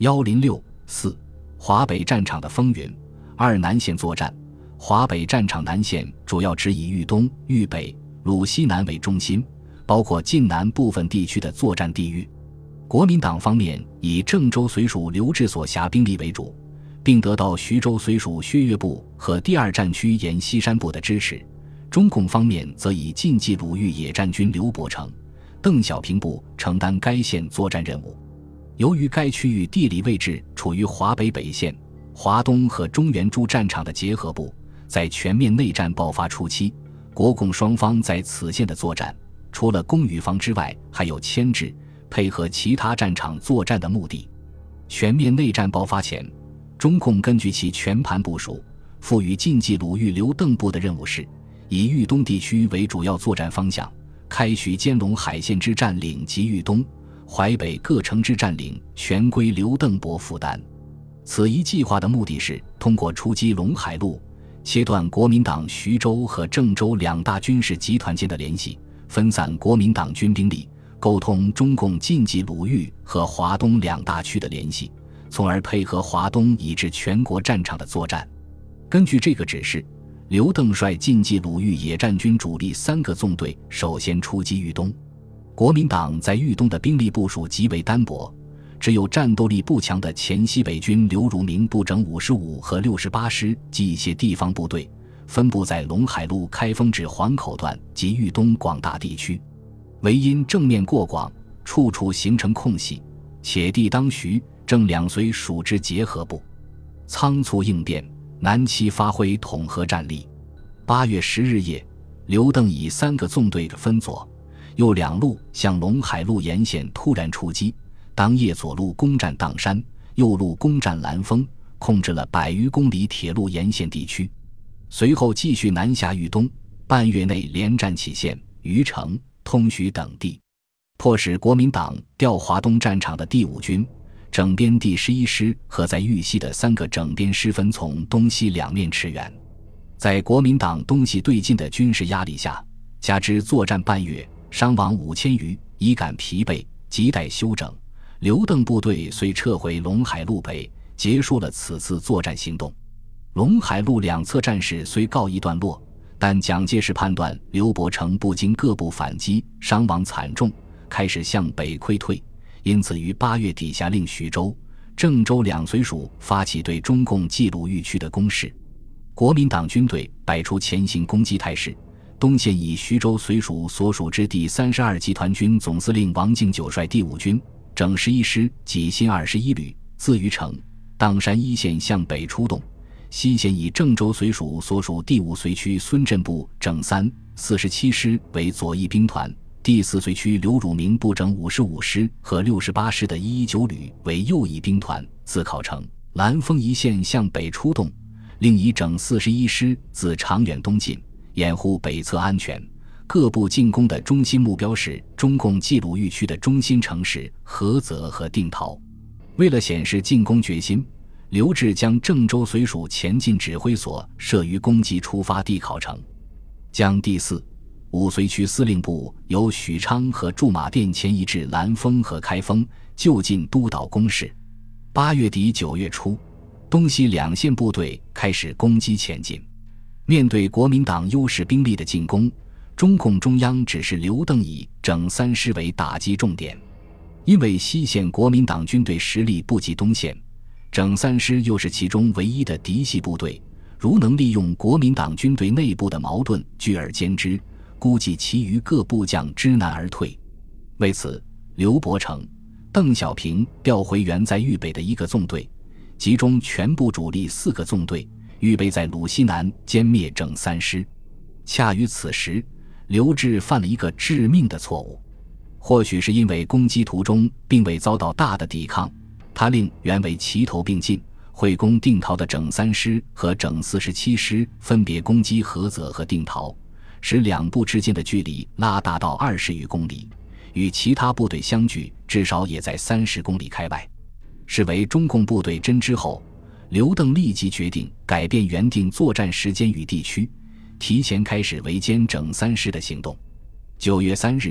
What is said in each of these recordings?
106-4华北战场的风云。二南线作战。华北战场南线主要指以豫东、豫北、鲁西南为中心，包括晋南部分地区的作战地域。国民党方面以郑州绥署刘志所辖兵力为主，并得到徐州绥署薛岳部和第二战区沿西山部的支持。中共方面则以晋冀鲁豫野战军刘伯承、邓小平部承担该线作战任务。由于该区域地理位置处于华北北线、华东和中原诸战场的结合部，在全面内战爆发初期，国共双方在此线的作战，除了攻与防之外，还有牵制、配合其他战场作战的目的。全面内战爆发前，中共根据其全盘部署，赋予晋冀鲁豫刘邓部的任务是，以豫东地区为主要作战方向，开徐兼陇海线之占领及豫东、淮北各城之占领全归刘邓伯负担。此一计划的目的是通过出击陇海路，切断国民党徐州和郑州两大军事集团间的联系，分散国民党军兵力，沟通中共晋冀鲁豫和华东两大区的联系，从而配合华东以至全国战场的作战。根据这个指示，刘邓率晋冀鲁豫野战军主力3个纵队首先出击豫东。国民党在豫东的兵力部署极为单薄，只有战斗力不强的黔西北军刘汝明部整55和68师及一些地方部队，分布在陇海路开封至黄口段及豫东广大地区。唯因正面过广，处处形成空隙，且地当徐、郑两绥属之结合部，仓促应变，难期发挥统合战力。8月10日夜，刘邓以3个纵队分左右两路向陇海路沿线突然出击，当夜左路攻占砀山，右路攻占兰丰，控制了100余公里铁路沿线地区。随后继续南下豫东，半月内连战杞县、虞城、通许等地，迫使国民党调华东战场的第5军、整编第11师和在豫西的3个整编师分从东西两面驰援。在国民党东西对进的军事压力下，加之作战半月，伤亡5000余，已感疲惫，亟待休整。刘邓部队遂撤回陇海路北，结束了此次作战行动。陇海路两侧战事虽告一段落，但蒋介石判断刘伯承不经各部反击，伤亡惨重，开始向北溃退，因此于8月底下令徐州、郑州两绥署发起对中共冀鲁豫区的攻势。国民党军队摆出前行攻击态势，东线以徐州绥署所属之第32集团军总司令王敬久率第5军、整11师及新21旅自虞城、砀山一线向北出动，西线以郑州绥署所属第5绥区孙震部整3、47师为左翼兵团，第4绥区刘汝明部整55师和68师的119旅为右翼兵团，自考城、兰丰一线向北出动，另以整41师自长远东进，掩护北侧安全。各部进攻的中心目标是中共冀鲁豫区的中心城市菏泽和定陶。为了显示进攻决心，刘志将郑州绥署前进指挥所设于攻击出发地考城，将第4、5绥区司令部由许昌和驻马店迁移至兰丰和开封，就近督导攻势。8月底9月初，东西两线部队开始攻击前进。面对国民党优势兵力的进攻，中共中央指示刘邓以整3师为打击重点。因为西线国民党军队实力不及东线，整3师又是其中唯一的嫡系部队，如能利用国民党军队内部的矛盾聚而歼之，估计其余各部将知难而退。为此，刘伯承、邓小平调回原在豫北的1个纵队，集中全部主力4个纵队，预备在鲁西南歼灭整3师。恰于此时，刘志犯了一个致命的错误。或许是因为攻击途中并未遭到大的抵抗，他令原为齐头并进会攻定陶的整3师和整47师分别攻击菏泽和定陶，使两部之间的距离拉大到20余公里，与其他部队相距至少也在30公里开外。视为中共部队真知后，刘邓立即决定改变原定作战时间与地区，提前开始围歼整3师的行动。9月3日，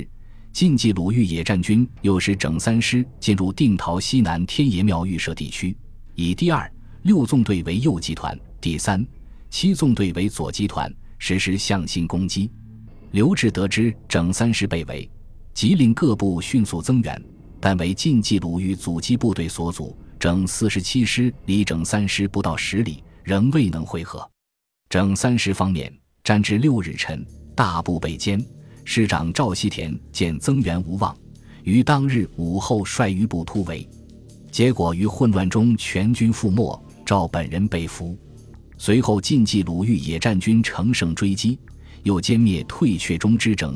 晋冀鲁豫野战军又使整三师进入定陶西南天爷庙预设地区，以第2、6纵队为右集团，第3、7纵队为左集团，实施向心攻击。刘志得知整三师被围，即令各部迅速增援，但为晋冀鲁豫阻击部队所阻，整47师离整三师不到10里，仍未能会合。整三师方面，战至6日晨，大部被歼，师长赵锡田见增援无望，于当日午后率余部突围，结果于混乱中全军覆没，赵本人被俘。随后晋冀鲁豫野战军乘胜追击，又歼灭退却中之整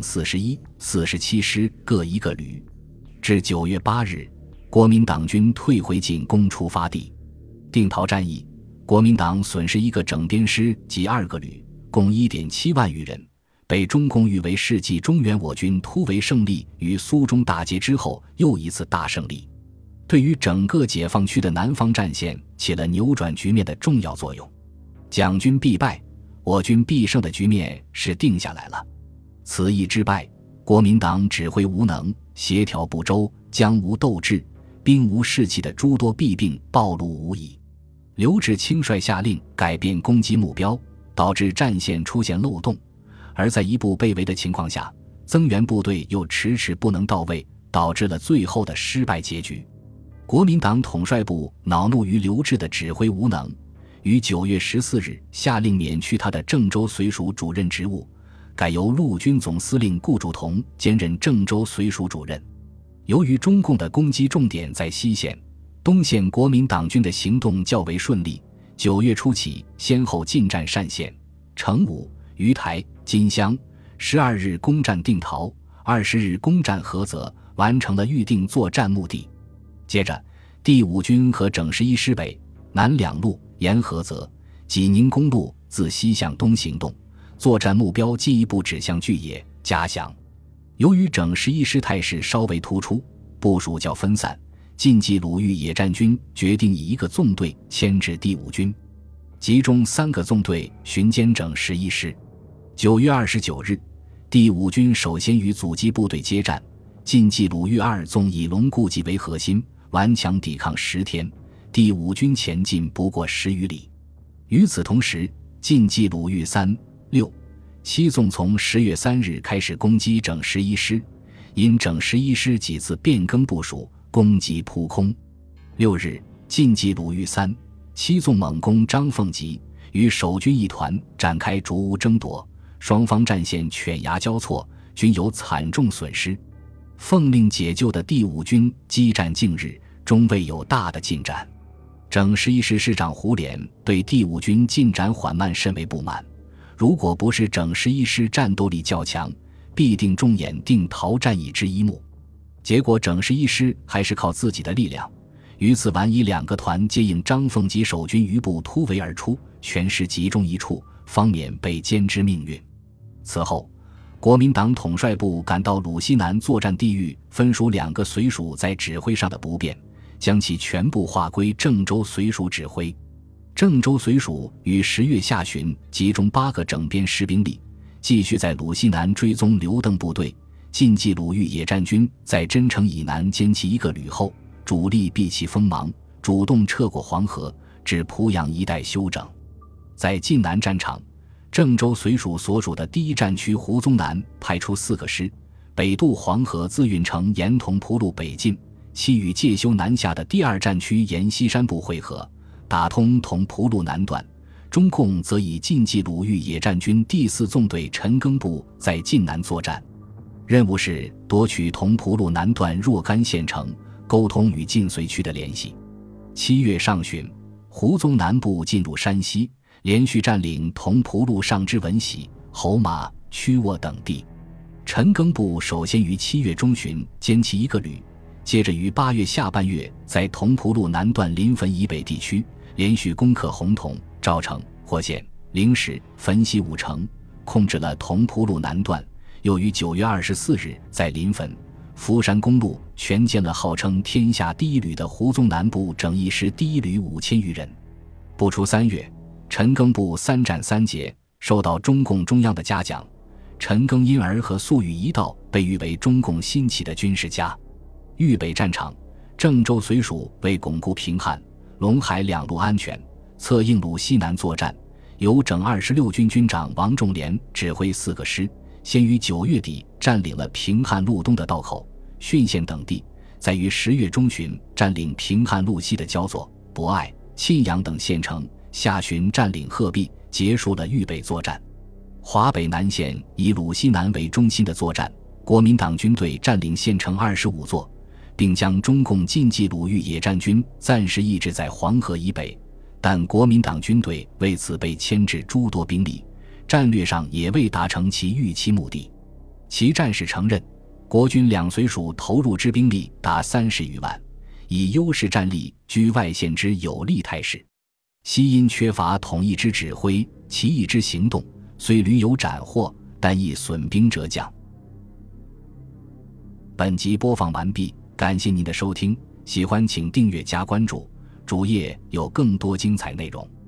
41、47师各1个旅。至9月8日，国民党军退回进攻出发地。定陶战役，国民党损失1个整编师及2个旅，共 1.7 万余人，被中共誉为世纪中原我军突围胜利与苏中大捷之后又一次大胜利，对于整个解放区的南方战线起了扭转局面的重要作用。蒋军必败，我军必胜的局面是定下来了。此役之败，国民党指挥无能，协调不周，将无斗志，兵无士气的诸多弊病暴露无遗。刘志轻率下令改变攻击目标，导致战线出现漏洞，而在一部被围的情况下，增援部队又迟迟不能到位，导致了最后的失败结局。国民党统帅部恼怒于刘志的指挥无能，于9月14日下令免去他的郑州绥署主任职务，改由陆军总司令顾祝同兼任郑州绥署主任。由于中共的攻击重点在西线，东线国民党军的行动较为顺利，9月初起先后进占单县、成武、鱼台、金乡，12日攻占定陶，20日攻占菏泽，完成了预定作战目的。接着第5军和整11师北、南两路沿菏泽、济宁公路自西向东行动，作战目标进一步指向巨野、嘉祥。由于整11师态势稍微突出，部署较分散，晋冀鲁豫野战军决定以1个纵队牵制第5军，集中3个纵队巡歼整11师。9月29日，第5军首先与阻击部队接战，晋冀鲁豫2纵以龙固集为核心，顽强抵抗10天，第5军前进不过10余里。与此同时，晋冀鲁豫3、6、7纵从10月3日开始攻击整11师，因整11师几次变更部署，攻击扑空。6日，晋冀鲁豫3、7纵猛攻张凤集，与守军一团展开逐屋争夺，双方战线犬牙交错，均有惨重损失。奉令解救的第5军激战近日，终未有大的进展。整11师师长胡琏对第5军进展缓慢甚为不满，如果不是整11师战斗力较强，必定重演定陶战役之一幕。结果整11师还是靠自己的力量，于此晚以2个团接应张凤集守军余部突围而出，全师集中一处，方免被歼之命运。此后国民党统帅部感到鲁西南作战地域分属2个绥署在指挥上的不便，将其全部划归郑州绥署指挥。郑州绥署于10月下旬集中8个整编师兵力，继续在鲁西南追踪刘邓部队。晋冀鲁豫野战军在真城以南歼其1个旅后，主力避其锋芒，主动撤过黄河，至濮阳一带休整。在晋南战场，郑州绥署所属的第1战区胡宗南派出4个师，北渡黄河自运城沿同蒲路北进，其与介休南下的第2战区沿西山部会合，打通同蒲路南段。中共则以晋冀鲁豫野战军第4纵队陈赓部在晋南作战，任务是夺取同蒲路南段若干县城，沟通与晋绥区的联系。7月上旬，胡宗南部进入山西，连续占领同蒲路上之文喜、侯马、曲沃等地。陈赓部首先于7月中旬歼其1个旅，接着于8月下半月在同蒲路南段临汾以北地区连续攻克洪洞、赵城、霍县、灵石、汾西5城，控制了同蒲路南段。又于9月24日在临汾、福山公路全歼了号称天下第1旅的胡宗南部整1师第1旅5000余人。不出3月，陈赓部3战3捷，受到中共中央的嘉奖， 陈庚因而和粟裕一道被誉为中共新起的军事家。豫北战场，郑州绥署为巩固平汉、陇海两路安全，策应鲁西南作战，由整26军军长王仲廉指挥4个师，先于9月底占领了平汉路东的道口、浚县等地，再于10月中旬占领平汉路西的焦作、博爱、沁阳等县城，下旬占领鹤壁，结束了豫北作战。华北南线以鲁西南为中心的作战，国民党军队占领县城25座，并将中共晋冀鲁豫野战军暂时抑制在黄河以北，但国民党军队为此被牵制诸多兵力，战略上也未达成其预期目的。其战士承认，国军两绥署投入之兵力达30余万，以优势战力居外线之有利态势。悉因缺乏统一之指挥，其意之行动虽屡有斩获，但亦损兵折将。本集播放完毕，感谢您的收听，喜欢请订阅加关注，主页有更多精彩内容。